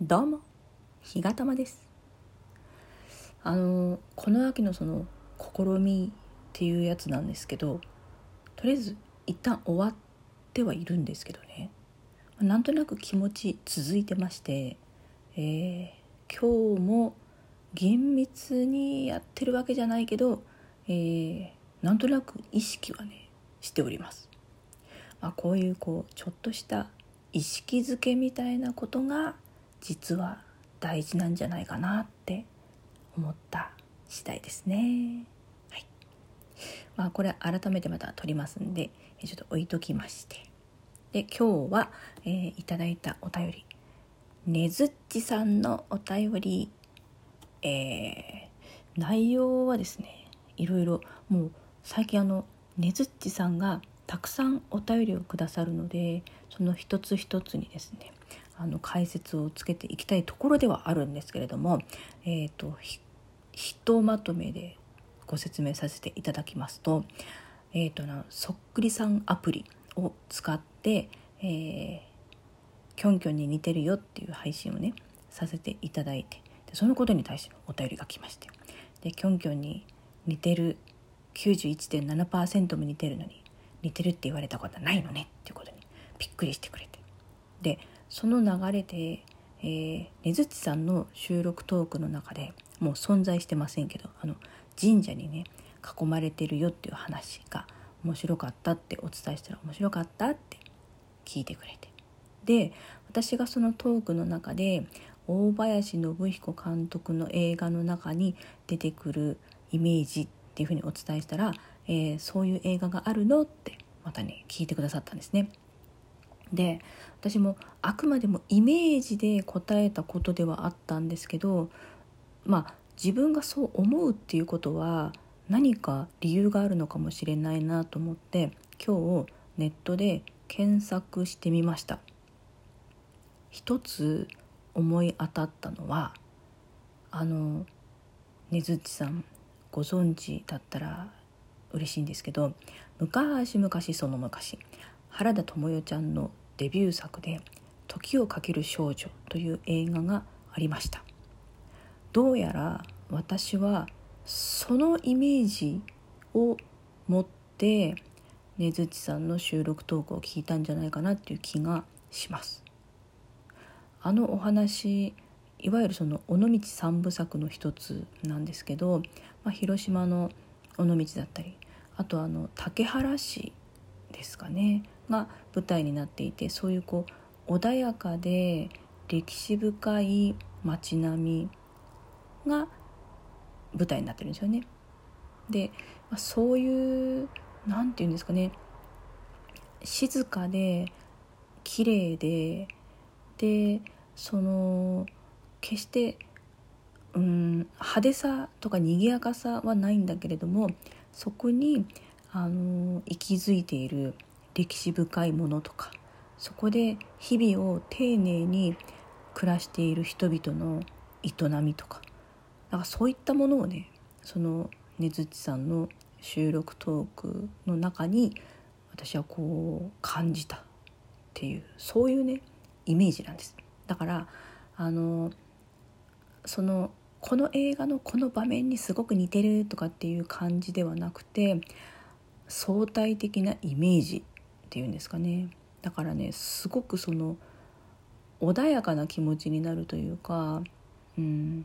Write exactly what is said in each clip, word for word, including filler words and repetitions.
どうも、ひがたまです。あのこの秋のその試みっていうやつなんですけど、とりあえず一旦終わってはいるんですけどね、なんとなく気持ち続いてまして、えー、今日も厳密にやってるわけじゃないけど、えー、なんとなく意識はねしております。まあ、こういうこうちょっとした意識づけみたいなことが実は大事なんじゃないかなって思った次第ですね。はい。まあこれ改めてまた撮りますんでちょっと置いときまして、で今日は、えー、いただいたお便り、ねずっちさんのお便り、えー、内容はですね、いろいろもう最近あのねずっちさんがたくさんお便りをくださるので、その一つ一つにですねあの解説をつけていきたいところではあるんですけれども、えーと、ひ, ひとまとめでご説明させていただきますと、えーとなそっくりさんアプリを使って、えー、キョンキョンに似てるよっていう配信をねさせていただいて、でそのことに対してのお便りが来まして、でキョンキョンに似てる きゅうじゅういちてんななパーセント も似てるのに似てるって言われたことはないのねっていうことにびっくりしてくれて、でその流れで、えー、ねずっちさんの収録トークの中でもう存在してませんけど、あの神社にね囲まれてるよっていう話が面白かったってお伝えしたら、面白かったって聞いてくれて、で私がそのトークの中で大林信彦監督の映画の中に出てくるイメージっていうふうにお伝えしたら、えー、そういう映画があるのってまたね聞いてくださったんですね。で私もあくまでもイメージで答えたことではあったんですけど、まあ自分がそう思うっていうことは何か理由があるのかもしれないなと思って、今日ネットで検索してみました。一つ思い当たったのは、あのねずっちさんご存知だったら嬉しいんですけど、昔々その昔、原田知世ちゃんのデビュー作で時をかける少女という映画がありました。どうやら私はそのイメージを持ってねずっちさんの収録トークを聞いたんじゃないかなっていう気がします。あのお話、いわゆるその尾道三部作の一つなんですけど、まあ、広島の尾道だったり、あとあの竹原市ですかねが舞台になっていて、そういうこう穏やかで歴史深い街並みが舞台になってるんですよね。で、まあ、そういうなんていうんですかね、静かで綺麗ででその決してうん派手さとか賑やかさはないんだけれども、そこにあの息づいている歴史深いものとか、そこで日々を丁寧に暮らしている人々の営みとか、だからそういったものをね、そのねずっちさんの収録トークの中に私はこう感じたっていう、そういうねイメージなんです。だからあのそのこの映画のこの場面にすごく似てるとかっていう感じではなくて、相対的なイメージっていうんですかね。だからねすごくその穏やかな気持ちになるというか、うん、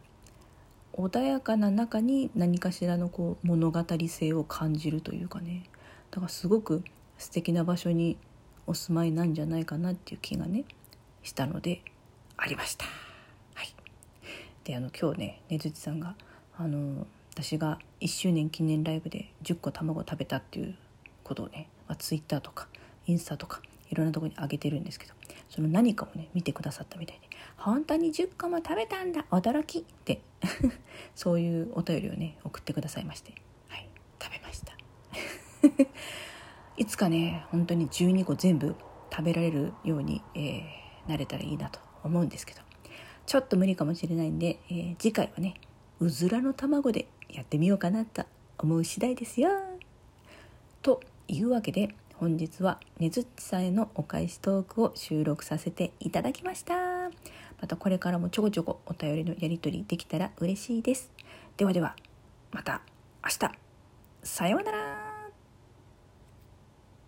穏やかな中に何かしらのこう物語性を感じるというかね、だからすごく素敵な場所にお住まいなんじゃないかなっていう気がねしたのでありました。はい。であの今日ねねずっちさんがあの私がいっしゅうねん記念ライブでじゅっこ卵食べたっていうことをね、まあ、ツイッターとかインスタとかいろんなところに上げてるんですけど、その何かをね見てくださったみたいで、本当にじゅっこも食べたんだ驚きってそういうお便りをね送ってくださいまして、はい、食べましたいつかね本当にじゅうにこ全部食べられるように、えー、なれたらいいなと思うんですけど、ちょっと無理かもしれないんで、えー、次回はねうずらの卵でやってみようかなと思う次第ですよ。というわけで本日はねずっちさんへのお返しトークを収録させていただきました。 またこれからもちょこちょこお便りのやり取りできたら嬉しいです。ではではまた明日、さようなら。